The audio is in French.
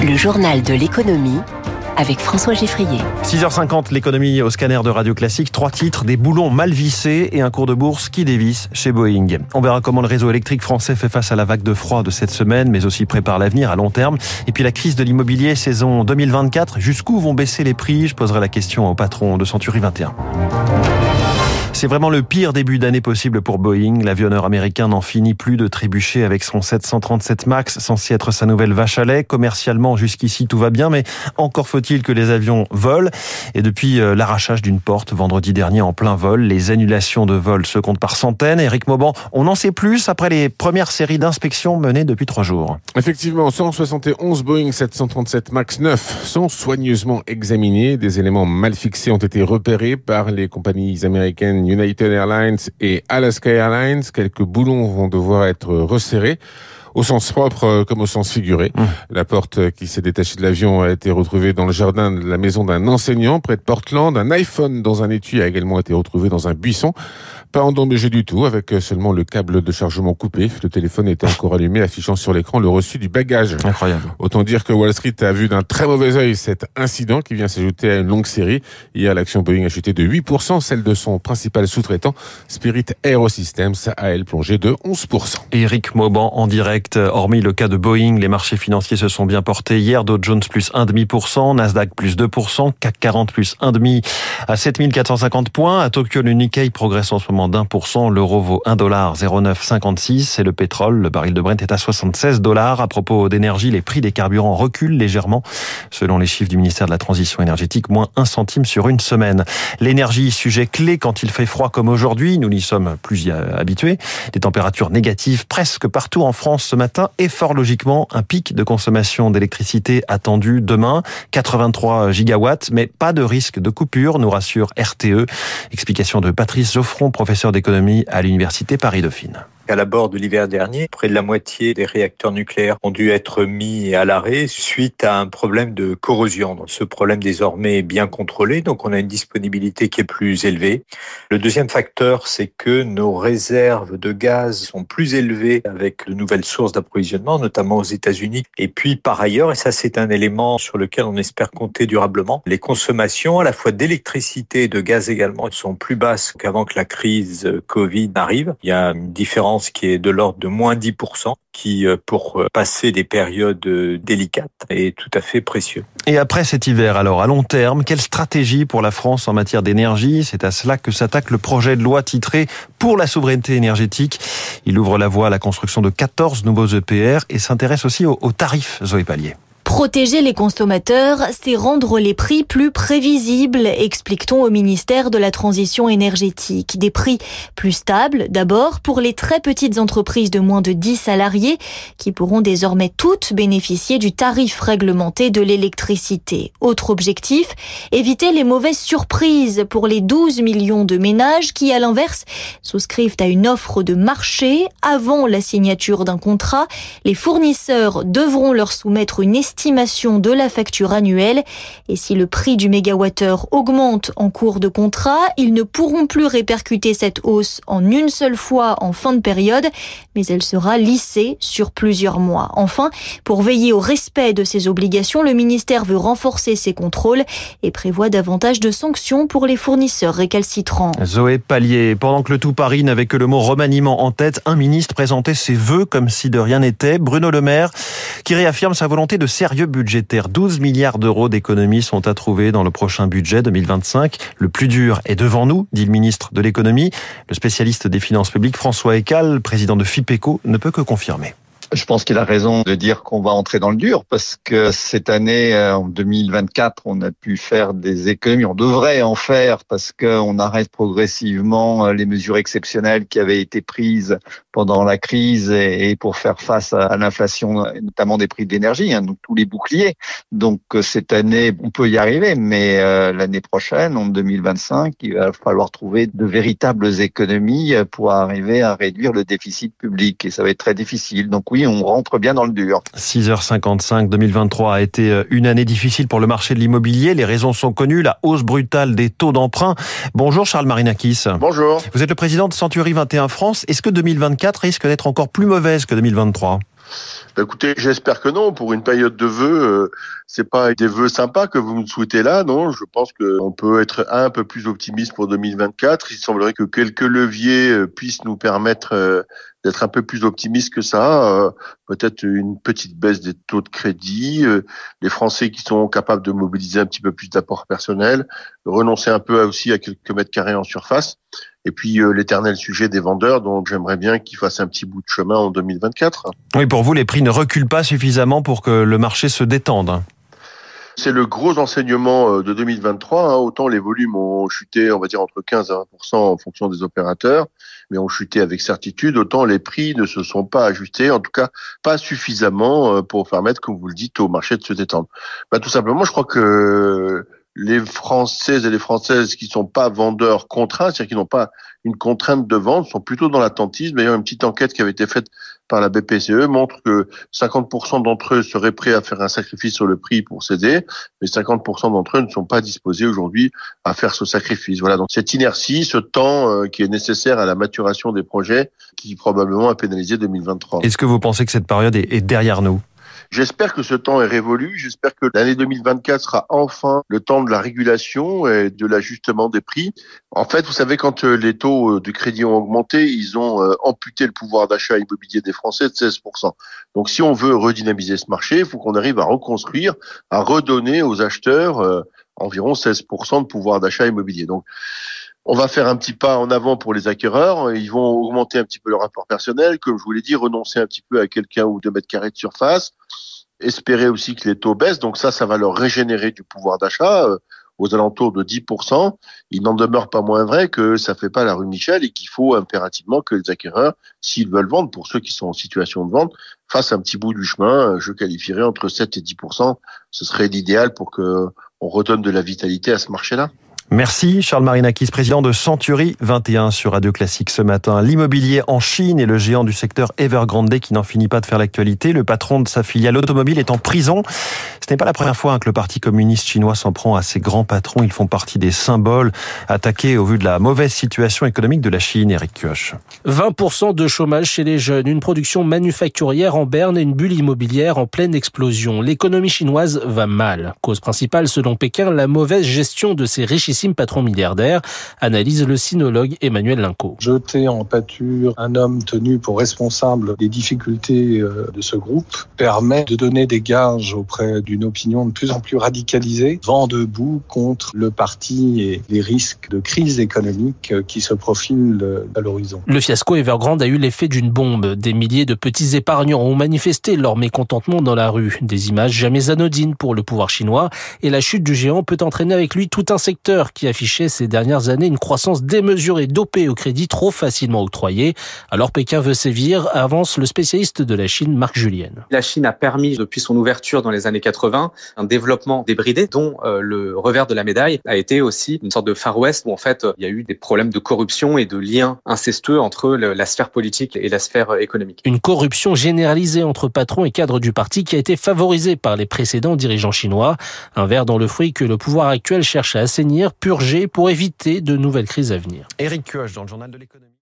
Le journal de l'économie avec François Geffrier. 6h50, l'économie au scanner de Radio Classique. 3 titres, des boulons mal vissés et un cours de bourse qui dévisse chez Boeing. On verra comment le réseau électrique français fait face à la vague de froid de cette semaine, mais aussi prépare l'avenir à long terme. Et puis la crise de l'immobilier saison 2024. Jusqu'où vont baisser les prix? Je poserai la question au patron de Century 21. C'est vraiment le pire début d'année possible pour Boeing. L'avionneur américain n'en finit plus de trébucher avec son 737 MAX, censé être sa nouvelle vache à lait. Commercialement, jusqu'ici, tout va bien, mais encore faut-il que les avions volent. Et depuis l'arrachage d'une porte vendredi dernier en plein vol, les annulations de vols se comptent par centaines. Éric Mauban, on en sait plus après les premières séries d'inspections menées depuis 3 jours. Effectivement, 171 Boeing 737 MAX 9 sont soigneusement examinés. Des éléments mal fixés ont été repérés par les compagnies américaines United Airlines et Alaska Airlines. Quelques boulons vont devoir être resserrés, au sens propre comme au sens figuré. La porte qui s'est détachée de l'avion a été retrouvée dans le jardin de la maison d'un enseignant près de Portland. Un iPhone dans un étui a également été retrouvé dans un buisson. Pas endommagé du tout, avec seulement le câble de chargement coupé. Le téléphone était encore allumé, affichant sur l'écran le reçu du bagage. Incroyable. Autant dire que Wall Street a vu d'un très mauvais œil cet incident qui vient s'ajouter à une longue série. Hier, l'action Boeing a chuté de 8%, celle de son principal sous-traitant, Spirit AeroSystems, a elle plongé de 11%. Éric Mauban en direct. Hormis le cas de Boeing, les marchés financiers se sont bien portés. Hier, Dow Jones plus 1,5%, Nasdaq plus 2%, CAC 40 plus 1,5% à 7450 points. À Tokyo, le Nikkei progresse en ce moment d'1%. L'euro vaut $1,0956 et le pétrole, le baril de Brent est à $76. À propos d'énergie, les prix des carburants reculent légèrement. Selon les chiffres du ministère de la Transition énergétique, moins 1 centime sur une semaine. L'énergie, sujet clé quand il fait froid comme aujourd'hui. Nous n'y sommes plus habitués. Des températures négatives presque partout en France ce matin et fort logiquement un pic de consommation d'électricité attendu demain. 83 gigawatts, mais pas de risque de coupure, nous rassure RTE. Explication de Patrice Geoffron, professeur d'économie à l'Université Paris-Dauphine. À l'abord de l'hiver dernier, près de la moitié des réacteurs nucléaires ont dû être mis à l'arrêt suite à un problème de corrosion. Donc, ce problème désormais est bien contrôlé, donc on a une disponibilité qui est plus élevée. Le deuxième facteur, c'est que nos réserves de gaz sont plus élevées avec de nouvelles sources d'approvisionnement, notamment aux États-Unis. Et puis par ailleurs, et ça c'est un élément sur lequel on espère compter durablement, les consommations à la fois d'électricité et de gaz également sont plus basses qu'avant que la crise Covid arrive. Il y a une différence qui est de l'ordre de moins 10%, qui, pour passer des périodes délicates, est tout à fait précieux. Et après cet hiver, alors, à long terme, quelle stratégie pour la France en matière d'énergie? C'est à cela que s'attaque le projet de loi titré « Pour la souveraineté énergétique ». Il ouvre la voie à la construction de 14 nouveaux EPR et s'intéresse aussi aux tarifs, Zoé Pallier. Protéger les consommateurs, c'est rendre les prix plus prévisibles, explique-t-on au ministère de la Transition énergétique. Des prix plus stables, d'abord, pour les très petites entreprises de moins de 10 salariés, qui pourront désormais toutes bénéficier du tarif réglementé de l'électricité. Autre objectif, éviter les mauvaises surprises pour les 12 millions de ménages qui, à l'inverse, souscrivent à une offre de marché. Avant la signature d'un contrat, les fournisseurs devront leur soumettre une estimation de la facture annuelle. Et si le prix du mégawattheure augmente en cours de contrat, ils ne pourront plus répercuter cette hausse en une seule fois en fin de période, mais elle sera lissée sur plusieurs mois. Enfin, pour veiller au respect de ces obligations, le ministère veut renforcer ses contrôles et prévoit davantage de sanctions pour les fournisseurs récalcitrants. Zoé Pallier, pendant que le tout Paris n'avait que le mot remaniement en tête, un ministre présentait ses vœux comme si de rien n'était. Bruno Le Maire, qui réaffirme sa volonté de sérieux budgétaire. 12 milliards d'euros d'économies sont à trouver dans le prochain budget 2025. Le plus dur est devant nous, dit le ministre de l'économie. Le spécialiste des finances publiques, François Eccal, président de FIPECO, ne peut que confirmer. Je pense qu'il a raison de dire qu'on va entrer dans le dur parce que cette année, en 2024, on a pu faire des économies. On devrait en faire parce qu'on arrête progressivement les mesures exceptionnelles qui avaient été prises pendant la crise et pour faire face à l'inflation, notamment des prix de l'énergie, donc tous les boucliers. Donc cette année, on peut y arriver, mais l'année prochaine, en 2025, il va falloir trouver de véritables économies pour arriver à réduire le déficit public et ça va être très difficile. Donc oui, on rentre bien dans le dur. 6h55, 2023 a été une année difficile pour le marché de l'immobilier. Les raisons sont connues, la hausse brutale des taux d'emprunt. Bonjour Charles Marinakis. Bonjour. Vous êtes le président de Century 21 France. Est-ce que 2024 risque d'être encore plus mauvaise que 2023 ? Écoutez, j'espère que non. Pour une période de vœux, c'est pas des vœux sympas que vous me souhaitez là, non. Je pense qu'on peut être un peu plus optimiste pour 2024. Il semblerait que quelques leviers puissent nous permettre d'être un peu plus optimiste que ça. Peut-être une petite baisse des taux de crédit, les Français qui sont capables de mobiliser un petit peu plus d'apport personnel, renoncer un peu aussi à quelques mètres carrés en surface. Et puis l'éternel sujet des vendeurs, donc j'aimerais bien qu'ils fassent un petit bout de chemin en 2024. Oui, pour vous, les prix ne reculent pas suffisamment pour que le marché se détende. C'est le gros enseignement de 2023. Autant les volumes ont chuté, on va dire, entre 15 et 20% en fonction des opérateurs, mais ont chuté avec certitude. Autant les prix ne se sont pas ajustés, en tout cas pas suffisamment pour permettre, comme vous le dites, au marché de se détendre. Tout simplement, je crois que les Françaises et les Françaises qui sont pas vendeurs contraints, c'est-à-dire qui n'ont pas une contrainte de vente, sont plutôt dans l'attentisme. D'ailleurs, une petite enquête qui avait été faite par la BPCE montre que 50% d'entre eux seraient prêts à faire un sacrifice sur le prix pour céder, mais 50% d'entre eux ne sont pas disposés aujourd'hui à faire ce sacrifice. Voilà, donc cette inertie, ce temps qui est nécessaire à la maturation des projets, qui probablement a pénalisé 2023. Est-ce que vous pensez que cette période est derrière nous ? J'espère que ce temps est révolu. J'espère que l'année 2024 sera enfin le temps de la régulation et de l'ajustement des prix. En fait, vous savez, quand les taux du crédit ont augmenté, ils ont amputé le pouvoir d'achat immobilier des Français de 16%. Donc, si on veut redynamiser ce marché, il faut qu'on arrive à reconstruire, à redonner aux acheteurs environ 16% de pouvoir d'achat immobilier. Donc, on va faire un petit pas en avant pour les acquéreurs. Ils vont augmenter un petit peu leur rapport personnel, comme je vous l'ai dit, renoncer un petit peu à quelqu'un ou 2 mètres carrés de surface, espérer aussi que les taux baissent. Donc ça va leur régénérer du pouvoir d'achat aux alentours de 10%. Il n'en demeure pas moins vrai que ça fait pas la rue Michel et qu'il faut impérativement que les acquéreurs, s'ils veulent vendre, pour ceux qui sont en situation de vente, fassent un petit bout du chemin. Je qualifierais entre 7 et 10%. Ce serait l'idéal pour que on redonne de la vitalité à ce marché-là. Merci Charles Marinakis, président de Century 21 sur Radio Classique ce matin. L'immobilier en Chine et le géant du secteur Evergrande qui n'en finit pas de faire l'actualité. Le patron de sa filiale automobile est en prison. Ce n'est pas la première fois que le parti communiste chinois s'en prend à ces grands patrons. Ils font partie des symboles attaqués au vu de la mauvaise situation économique de la Chine. Eric Kioch. 20% de chômage chez les jeunes, une production manufacturière en berne et une bulle immobilière en pleine explosion. L'économie chinoise va mal. Cause principale, selon Pékin, la mauvaise gestion de ces richissimos patron milliardaire, analyse le sinologue Emmanuel Linco. Jeter en pâture un homme tenu pour responsable des difficultés de ce groupe permet de donner des gages auprès d'une opinion de plus en plus radicalisée, vent debout contre le parti et les risques de crise économique qui se profilent à l'horizon. Le fiasco Evergrande a eu l'effet d'une bombe. Des milliers de petits épargnants ont manifesté leur mécontentement dans la rue. Des images jamais anodines pour le pouvoir chinois et la chute du géant peut entraîner avec lui tout un secteur qui affichait ces dernières années une croissance démesurée dopée au crédit trop facilement octroyé. Alors Pékin veut sévir, avance le spécialiste de la Chine, Marc Julienne. La Chine a permis, depuis son ouverture dans les années 80, un développement débridé dont le revers de la médaille a été aussi une sorte de Far West où en fait il y a eu des problèmes de corruption et de liens incestueux entre la sphère politique et la sphère économique. Une corruption généralisée entre patrons et cadres du parti qui a été favorisée par les précédents dirigeants chinois. Un ver dans le fruit que le pouvoir actuel cherche à assainir, purger pour éviter de nouvelles crises à venir. Eric Kioch dans le journal de l'économie.